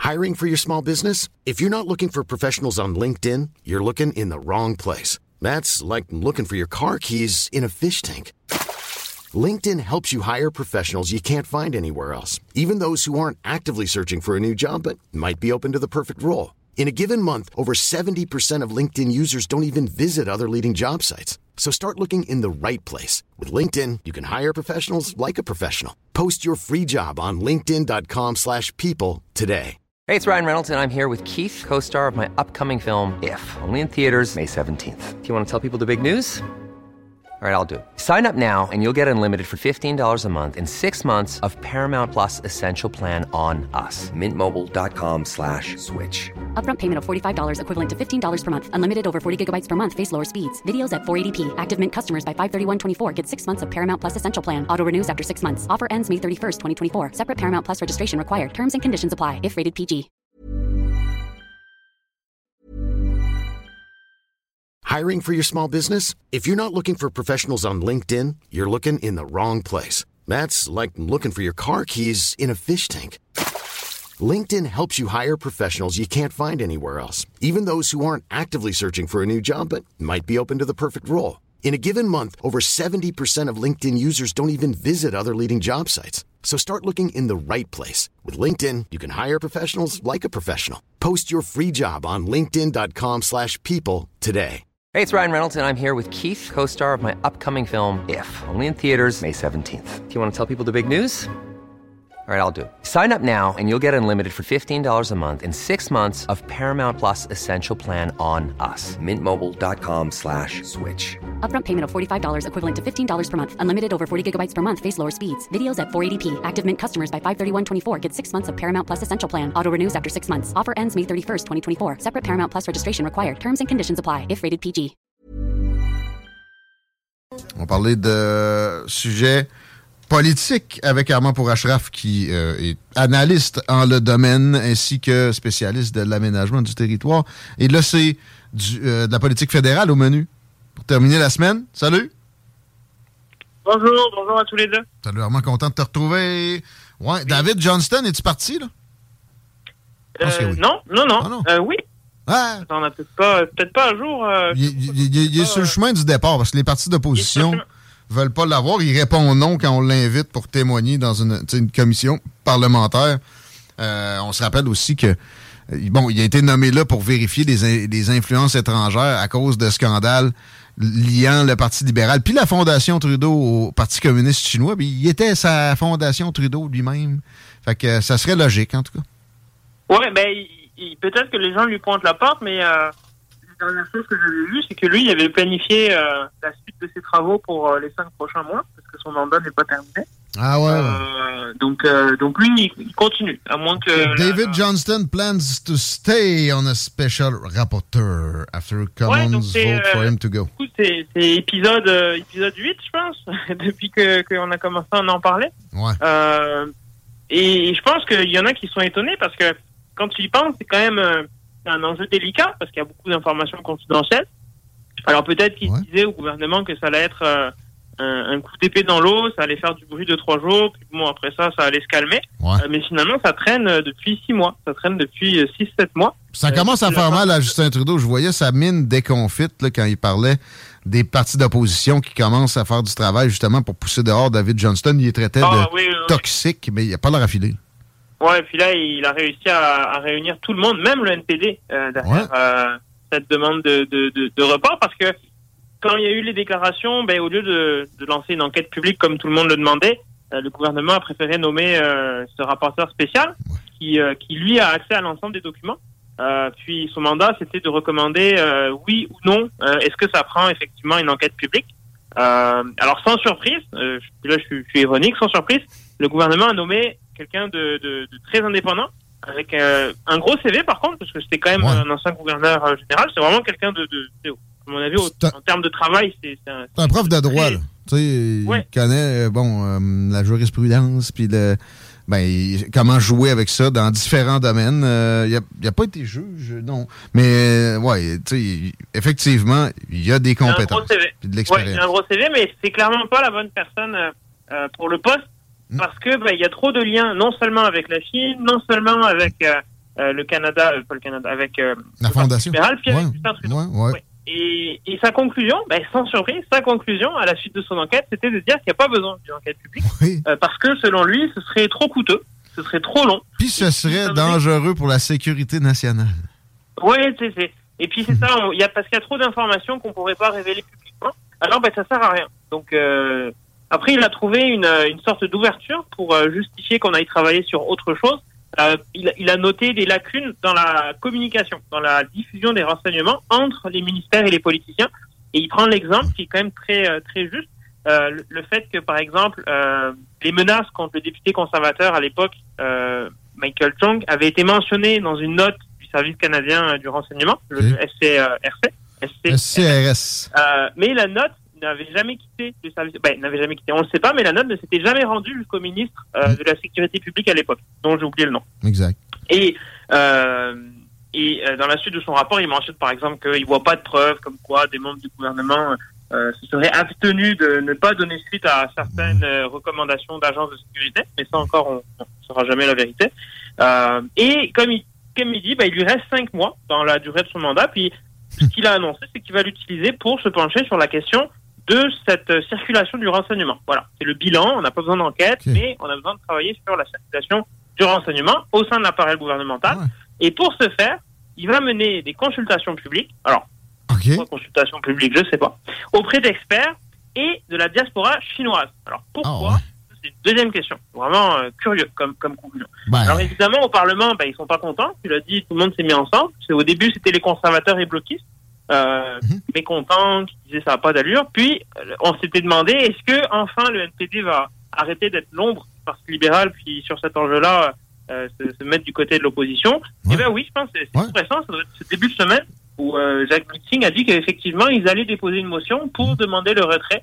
Hiring for your small business? If you're not looking for professionals on LinkedIn, you're looking in the wrong place. That's like looking for your car keys in a fish tank. LinkedIn helps you hire professionals you can't find anywhere else, even those who aren't actively searching for a new job but might be open to the perfect role. In a given month, over 70% of LinkedIn users don't even visit other leading job sites. So start looking in the right place. With LinkedIn, you can hire professionals like a professional. Post your free job on linkedin.com/people today. Hey, it's Ryan Reynolds, and I'm here with Keith, co-star of my upcoming film, If, only in theaters May 17th. Do you want to tell people the big news? All right, I'll do it. Sign up now and you'll get unlimited for $15 a month and 6 months of Paramount Plus Essential Plan on us. MintMobile.com/switch. Upfront payment of $45 equivalent to $15 per month. Unlimited over 40 gigabytes per month. Face lower speeds. Videos at 480p. Active Mint customers by 531.24 get 6 months of Paramount Plus Essential Plan. Auto renews after 6 months. Offer ends May 31st, 2024. Separate Paramount Plus registration required. Terms and conditions apply if rated PG. Hiring for your small business? If you're not looking for professionals on LinkedIn, you're looking in the wrong place. That's like looking for your car keys in a fish tank. LinkedIn helps you hire professionals you can't find anywhere else, even those who aren't actively searching for a new job but might be open to the perfect role. In a given month, over 70% of LinkedIn users don't even visit other leading job sites. So start looking in the right place. With LinkedIn, you can hire professionals like a professional. Post your free job on linkedin.com/people today. Hey, it's Ryan Reynolds, and I'm here with Keith, co-star of my upcoming film, If, only in theaters May 17th. Do you want to tell people the big news? All right, I'll do it. Sign up now and you'll get unlimited for $15 a month and 6 months of Paramount Plus Essential Plan on us. MintMobile.com/switch. Upfront payment of $45 equivalent to $15 per month. Unlimited over 40 gigabytes per month. Face lower speeds. Videos at 480p. Active Mint customers by 531.24 get 6 months of Paramount Plus Essential Plan. Auto renews after 6 months. Offer ends May 31st, 2024. Separate Paramount Plus registration required. Terms and conditions apply if rated PG. On parlait de sujets politique avec Armand Pourachraf, qui est analyste en le domaine ainsi que spécialiste de l'aménagement du territoire. Et là, c'est de la politique fédérale au menu pour terminer la semaine. Salut! Bonjour à tous les deux. Salut Armand, content de te retrouver. Ouais, oui. David Johnston, es-tu parti, là? Oui. Non. Oui. Ah. On n'a peut-être pas à jour. Il est sur le chemin du départ, parce que les partis d'opposition veulent pas l'avoir. Il répond non quand on l'invite pour témoigner dans une commission parlementaire. On se rappelle aussi que il a été nommé là pour vérifier des influences étrangères à cause de scandales liant le Parti libéral puis la Fondation Trudeau au Parti communiste chinois. Puis il était sa Fondation Trudeau lui-même. Fait que ça serait logique, en tout cas. Ouais, peut-être que les gens lui pointent la porte, mais la dernière chose que j'avais vue, c'est que lui, il avait planifié la suite de ses travaux pour les 5 prochains mois, parce que son mandat n'est pas terminé. Ah ouais. Donc lui, il continue, à moins que... David Johnston plans to stay on a special rapporteur after Commons vote for him to go. Du coup, c'est épisode 8, je pense, depuis qu'on a commencé à en parler. Ouais. Et je pense qu'il y en a qui sont étonnés, parce que quand tu y penses, c'est quand même un enjeu délicat, parce qu'il y a beaucoup d'informations confidentielles. Alors peut-être qu'il disait au gouvernement que ça allait être un coup d'épée dans l'eau, ça allait faire du bruit de 3 jours, puis bon, après ça allait se calmer. Ouais. Mais finalement, ça traîne depuis 6 mois. Ça traîne depuis 6-7 mois. Ça commence à faire mal à Justin Trudeau. Je voyais sa mine déconfite là, quand il parlait des partis d'opposition qui commencent à faire du travail justement pour pousser dehors David Johnston. Il est traité de toxique, mais il n'a pas l'air affilé. Ouais, et puis là, il a réussi à réunir tout le monde, même le NPD, derrière cette demande de report, parce que quand il y a eu les déclarations, au lieu de lancer une enquête publique comme tout le monde le demandait, le gouvernement a préféré nommer ce rapporteur spécial qui lui a accès à l'ensemble des documents. Puis son mandat, c'était de recommander oui ou non, est-ce que ça prend effectivement une enquête publique. Alors sans surprise, là je suis ironique, sans surprise, le gouvernement a nommé quelqu'un de très indépendant, avec un gros CV par contre, parce que c'était quand même un ancien gouverneur général. C'est vraiment quelqu'un de à mon avis, en termes de travail, c'est un prof de droit, là. Tu sais, il connaît la jurisprudence, puis comment jouer avec ça dans différents domaines. Il a pas été juge, non. Mais, tu sais, effectivement, il y a des compétences. Puis de l'expérience. Il a un gros CV, mais c'est clairement pas la bonne personne pour le poste, parce que il y a trop de liens, non seulement avec la Chine, non seulement avec le Canada, pas le Canada, avec la Fondation libéral, puis avec Justin Trudeau. Ouais. Et sa conclusion, sans surprise, à la suite de son enquête, c'était de dire qu'il n'y a pas besoin d'une enquête publique, parce que selon lui, ce serait trop coûteux, ce serait trop long. Puis ce serait dangereux pour la sécurité nationale. Oui, c'est. Et puis c'est ça, parce qu'il y a trop d'informations qu'on ne pourrait pas révéler publiquement, alors ça sert à rien. Donc après, il a trouvé une sorte d'ouverture pour justifier qu'on aille travailler sur autre chose. Il a noté des lacunes dans la communication, dans la diffusion des renseignements entre les ministères et les politiciens. Et il prend l'exemple qui est quand même très très juste, le fait que par exemple les menaces contre le député conservateur à l'époque, Michael Chong, avaient été mentionnées dans une note du Service canadien du renseignement, le SCRS. Mais la note n'avait jamais quitté le service. On le sait pas, mais la note ne s'était jamais rendue jusqu'au ministre de la Sécurité publique à l'époque, dont j'ai oublié le nom. Exact. Et dans la suite de son rapport, il mentionne par exemple qu'il voit pas de preuves comme quoi des membres du gouvernement se seraient abstenus de ne pas donner suite à certaines recommandations d'agences de sécurité, mais ça encore, on ne saura jamais la vérité. Et comme il dit, il lui reste 5 mois dans la durée de son mandat, puis ce qu'il a annoncé, c'est qu'il va l'utiliser pour se pencher sur la question de cette circulation du renseignement. Voilà, c'est le bilan, on n'a pas besoin d'enquête, mais on a besoin de travailler sur la circulation du renseignement au sein de l'appareil gouvernemental. Ouais. Et pour ce faire, il va mener des consultations publiques, alors, consultations publiques, je ne sais pas, auprès d'experts et de la diaspora chinoise. Alors, pourquoi C'est une deuxième question, vraiment curieux comme conclusion. Alors évidemment, au Parlement, ils ne sont pas contents, tu l'as dit, tout le monde s'est mis ensemble. Au début, c'était les conservateurs et bloquistes, mécontents, qui disaient ça n'a pas d'allure. Puis, on s'était demandé, est-ce que enfin le NPD va arrêter d'être l'ombre du Parti libéral, puis sur cet enjeu-là, se mettre du côté de l'opposition? Eh bien oui, je pense que c'est tout récent, ça doit être ce début de semaine, où Jacques Meeting a dit qu'effectivement, ils allaient déposer une motion pour demander le retrait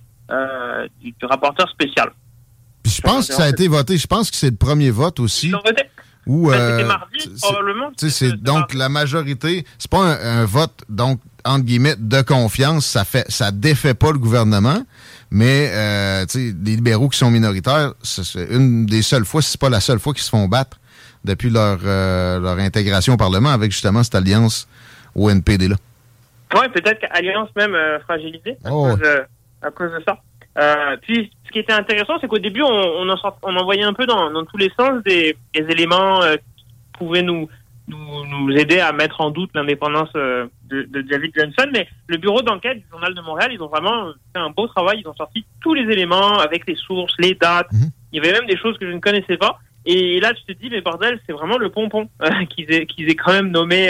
du rapporteur spécial. Puis je pense que ça a été voté. Je pense que c'est le premier vote aussi. Ils l'ont voté. C'était mardi, probablement. Donc, la majorité, c'est pas un vote, donc, entre guillemets, de confiance. Ça défait pas le gouvernement. Mais, les libéraux qui sont minoritaires, c'est une des seules fois, si c'est pas la seule fois qu'ils se font battre depuis leur intégration au Parlement avec justement cette alliance au NPD-là. Oui, peut-être qu'alliance même fragilisée à cause de ça. Puis, ce qui était intéressant, c'est qu'au début, on envoyait un peu dans tous les sens des éléments qui pouvaient nous aider à mettre en doute l'indépendance de David Johnston. Mais le bureau d'enquête du Journal de Montréal, ils ont vraiment fait un beau travail. Ils ont sorti tous les éléments avec les sources, les dates. Il y avait même des choses que je ne connaissais pas. Et là, tu te dis, mais bordel, c'est vraiment le pompon qu'ils aient quand même nommé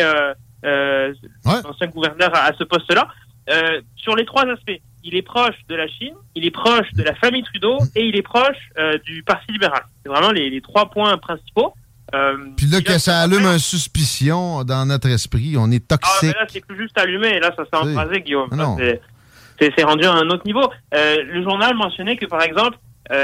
l'ancien gouverneur à ce poste-là. Sur les 3 aspects. Il est proche de la Chine, il est proche de la famille Trudeau et il est proche du Parti libéral. C'est vraiment les 3 points principaux. Puis là, que ça allume une suspicion dans notre esprit, on est toxique. Mais là, c'est plus juste allumé. Là, ça s'est embrasé, Guillaume. C'est rendu à un autre niveau. Le journal mentionnait que, par exemple,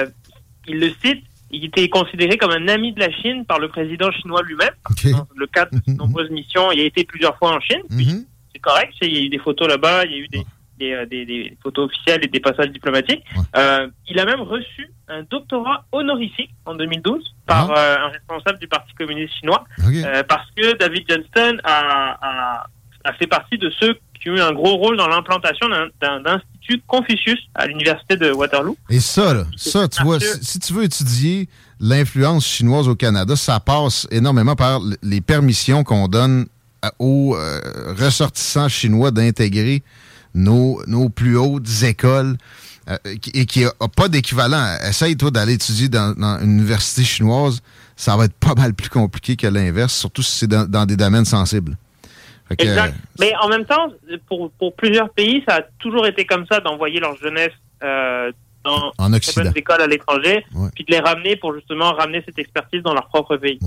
il le cite, il était considéré comme un ami de la Chine par le président chinois lui-même. Dans le cadre de nombreuses missions, il a été plusieurs fois en Chine. Puis, c'est correct, il y a eu des photos là-bas, il y a eu des photos officielles et des passages diplomatiques. Il a même reçu un doctorat honorifique en 2012 par un responsable du Parti communiste chinois, parce que David Johnston a fait partie de ceux qui ont eu un gros rôle dans l'implantation d'un institut Confucius à l'université de Waterloo. Et ça, tu vois, si tu veux étudier l'influence chinoise au Canada, ça passe énormément par les permissions qu'on donne aux ressortissants chinois d'intégrer nos plus hautes écoles et qui n'a pas d'équivalent. Essaye, toi, d'aller étudier dans une université chinoise. Ça va être pas mal plus compliqué que l'inverse, surtout si c'est dans des domaines sensibles. Exact. Mais en même temps, pour plusieurs pays, ça a toujours été comme ça d'envoyer leur jeunesse dans très bonnes écoles à l'étranger, puis de les ramener pour justement ramener cette expertise dans leur propre pays.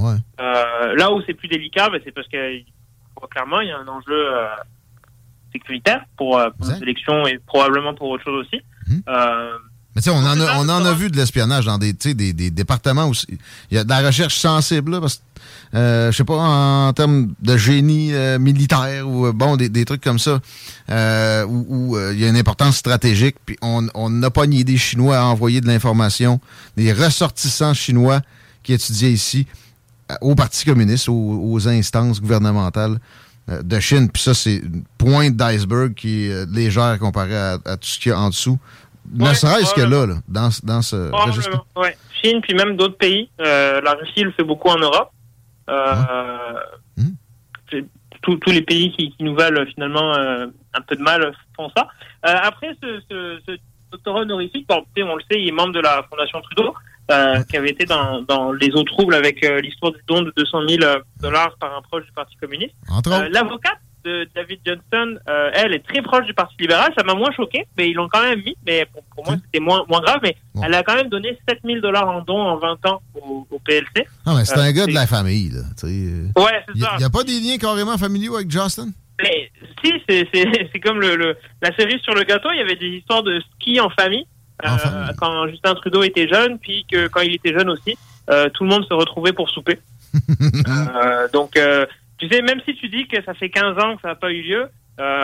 Là où c'est plus délicat, c'est parce que clairement, il y a un enjeu sécuritaire pour nos élections et probablement pour autre chose aussi. Mais tu sais, on en a vu de l'espionnage dans des départements où il y a de la recherche sensible, là, parce que, je sais pas, en termes de génie militaire ou des trucs comme ça, où il y a une importance stratégique, puis on n'a pas nié des Chinois à envoyer de l'information, des ressortissants chinois qui étudiaient ici, au Parti communiste, aux instances gouvernementales de Chine. Puis ça, c'est une pointe d'iceberg qui est légère comparée à tout ce qu'il y a en dessous. Ne serait-ce que là, dans ce registre. Ouais. Chine, puis même d'autres pays. La Russie le fait beaucoup en Europe. Tous les pays qui nous valent finalement un peu de mal font ça. Après, ce doctorat honorifique, on le sait, il est membre de la Fondation Trudeau, qui avait été dans les eaux troubles avec l'histoire du don de $200 000 par un proche du Parti communiste. L'avocate de David Johnston, elle est très proche du Parti libéral. Ça m'a moins choqué, mais ils l'ont quand même mis. Mais pour moi, c'était moins grave. Mais elle a quand même donné $7 000 en dons en 20 ans au PLC. Ah, mais c'est un gars de la famille, là. Ouais, c'est ça. Il n'y a pas des liens carrément familiaux avec Justin? Mais si, c'est comme la cerise sur le gâteau. Il y avait des histoires de ski en famille. Quand Justin Trudeau était jeune, puis que quand il était jeune aussi, tout le monde se retrouvait pour souper. Donc, tu sais, même si tu dis que ça fait 15 ans que ça n'a pas eu lieu...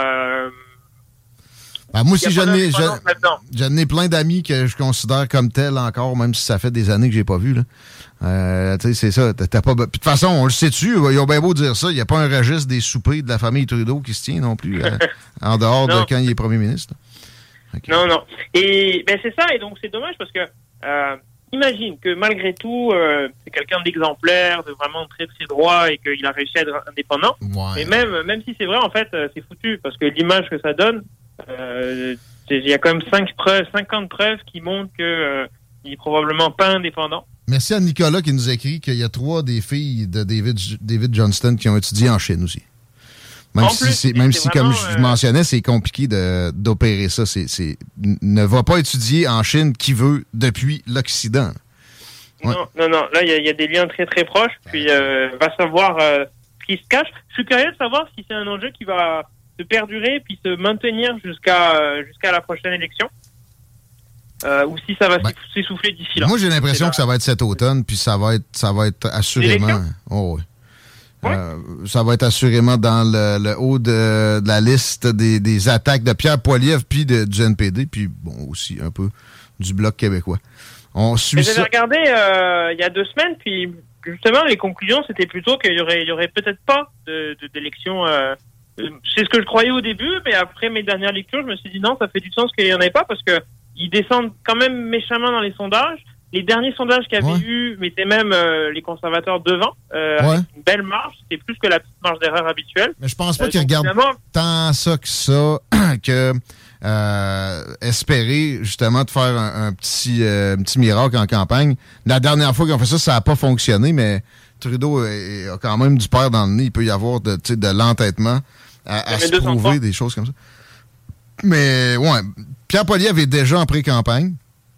moi aussi, j'en ai plein d'amis que je considère comme tels encore, même si ça fait des années que j'ai pas vu. Là. Tu sais, c'est ça. T'as pas... De toute façon, on le sait-tu, ils ont bien beau dire ça, il n'y a pas un registre des soupers de la famille Trudeau qui se tient non plus, en dehors de quand il est premier ministre. Okay. Non. Et c'est ça, et donc c'est dommage parce que imagine que malgré tout, c'est quelqu'un d'exemplaire, de vraiment très très droit et qu'il a réussi à être indépendant. Ouais. Mais même si c'est vrai, en fait, c'est foutu parce que l'image que ça donne, il y a quand même 50 preuves qui montrent qu'il est probablement pas indépendant. Merci à Nicolas qui nous écrit qu'il y a 3 des filles de David Johnston qui ont étudié en Chine aussi. Même si, comme je mentionnais, c'est compliqué d'opérer ça. Ne va pas étudier en Chine qui veut depuis l'Occident. Ouais. Non. Là, il y a des liens très, très proches. Puis, va savoir ce qui se cache. Je suis curieux de savoir si c'est un enjeu qui va se perdurer puis se maintenir jusqu'à la prochaine élection. Ou si ça va s'essouffler d'ici là. Moi, j'ai l'impression que ça va être cet automne, puis ça va être assurément... Oh, oui. Ouais. Ça va être assurément dans le haut de la liste des attaques de Pierre Poilievre puis du NPD, puis bon, aussi un peu du Bloc québécois. On suit ça. J'avais regardé il y a 2 semaines, puis justement, les conclusions, c'était plutôt qu'il y aurait peut-être pas d'élection. C'est ce que je croyais au début, mais après mes dernières lectures, je me suis dit non, ça fait du sens qu'il n'y en ait pas, parce que ils descendent quand même méchamment dans les sondages. Les derniers sondages qu'il y avait eu mettaient même les conservateurs devant, avec une belle marge. C'était plus que la petite marge d'erreur habituelle. Mais je pense pas qu'ils regardent tant ça que ça, que espérer justement de faire un petit miracle en campagne. La dernière fois qu'ils ont fait ça, ça n'a pas fonctionné, mais Trudeau a quand même du père dans le nez. Il peut y avoir de l'entêtement à se prouver, des choses comme ça. Mais ouais, Pierre Poilievre est déjà en pré-campagne.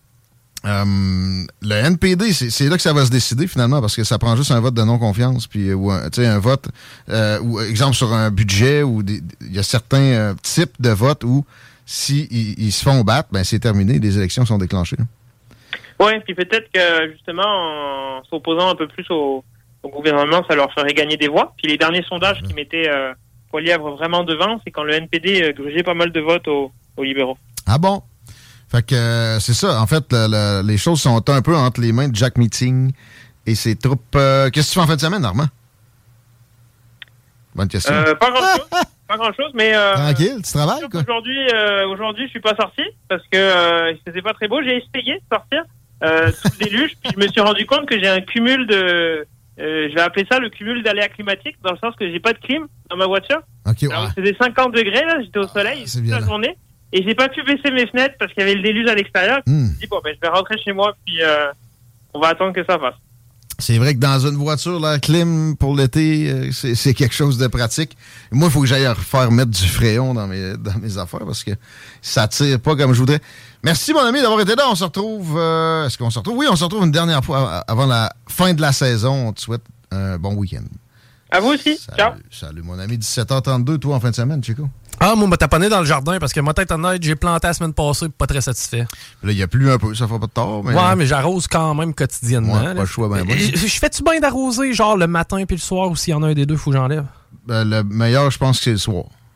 Le NPD, c'est là que ça va se décider finalement, parce que ça prend juste un vote de non-confiance, puis un vote, ou exemple sur un budget, où il y a certains types de votes où si ils se font battre, ben c'est terminé, les élections sont déclenchées. Oui, puis peut-être que justement en s'opposant un peu plus au gouvernement, ça leur ferait gagner des voix. Puis les derniers sondages qui mettaient Poilievre vraiment devant, c'est quand le NPD grugeait pas mal de votes aux libéraux. Ah bon? Fait que c'est ça. En fait, les choses sont un peu entre les mains de Jack Meeting et ses troupes. Qu'est-ce que tu fais en fin de semaine, Normand? Bonne question. Pas grand-chose, mais... Tranquille, tu travailles, quoi? Aujourd'hui, je suis pas sorti parce que c'était pas très beau. J'ai essayé de sortir sous le déluge, puis je me suis rendu compte que j'ai un cumul de... je vais appeler ça le cumul d'aléas climatiques, dans le sens que j'ai pas de clim dans ma voiture. Okay, ouais. Alors, c'était 50 degrés, là, j'étais au soleil toute la journée. Et j'ai pas pu baisser mes fenêtres parce qu'il y avait le déluge à l'extérieur. Je me suis dit, je vais rentrer chez moi, puis on va attendre que ça passe. C'est vrai que dans une voiture, la clim pour l'été, c'est quelque chose de pratique. Moi, il faut que j'aille refaire mettre du fréon dans mes affaires parce que ça tire pas comme je voudrais. Merci, mon ami, d'avoir été là. On se retrouve... Est-ce qu'on se retrouve? Oui, on se retrouve une dernière fois avant la fin de la saison. On te souhaite un bon week-end. À vous aussi. Ciao. Salut, mon ami. 17h32, toi, en fin de semaine, Chico. Ah, moi, m'a taponné dans le jardin parce que, moi, tête honnête, j'ai planté la semaine passée, pas très satisfait. Là, il y a plu un peu, ça fera pas de tort. Mais... Ouais, mais j'arrose quand même quotidiennement. Ouais, pas le choix, ben bon. Je fais-tu bien d'arroser, genre le matin puis le soir, ou s'il y en a un des deux, faut que j'enlève? Le meilleur, je pense que c'est le soir.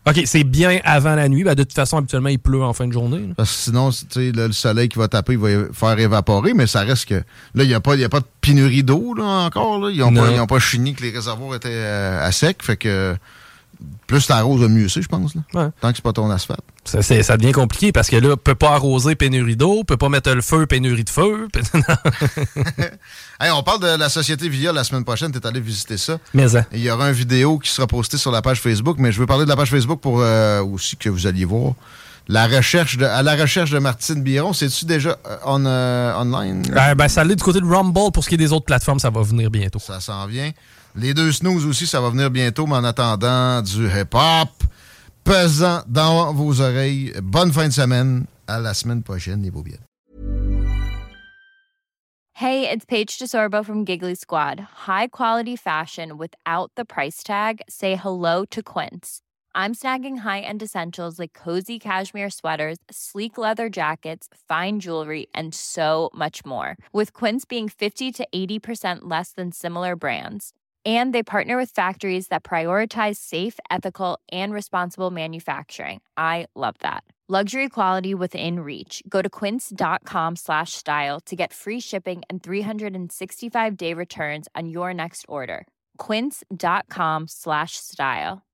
OK, c'est bien avant la nuit. Ben, de toute façon, habituellement, il pleut en fin de journée. Là. Parce que sinon, le soleil qui va taper, il va faire évaporer, mais ça reste que... Là, il n'y a pas de pénurie d'eau là, encore. Là. Ils n'ont pas chigné que les réservoirs étaient à sec. Fait que plus t'arroses, mieux c'est, je pense. Là. Ouais. Tant que c'est pas ton asphalte. Ça devient compliqué parce que là, peut pas arroser, pénurie d'eau, peut pas mettre le feu, pénurie de feu. Hey, on parle de la société VIA la semaine prochaine. T'es allé visiter ça. Mais ça. Il y aura une vidéo qui sera postée sur la page Facebook, mais je veux parler de la page Facebook pour aussi que vous alliez voir. À la recherche de Martine Biron, c'est-tu déjà online? Ça l'est du côté de Rumble. Pour ce qui est des autres plateformes, ça va venir bientôt. Ça s'en vient. Les deux snooze aussi, ça va venir bientôt, mais en attendant, du hip-hop pesant dans vos oreilles. Bonne fin de semaine. À la semaine prochaine, les beaux biens. Hey, it's Paige DeSorbo from Giggly Squad. High quality fashion without the price tag. Say hello to Quince. I'm snagging high-end essentials like cozy cashmere sweaters, sleek leather jackets, fine jewelry, and so much more. With Quince being 50 to 80% less than similar brands. And they partner with factories that prioritize safe, ethical, and responsible manufacturing. I love that. Luxury quality within reach. Go to quince.com/style to get free shipping and 365-day returns on your next order. Quince.com/style.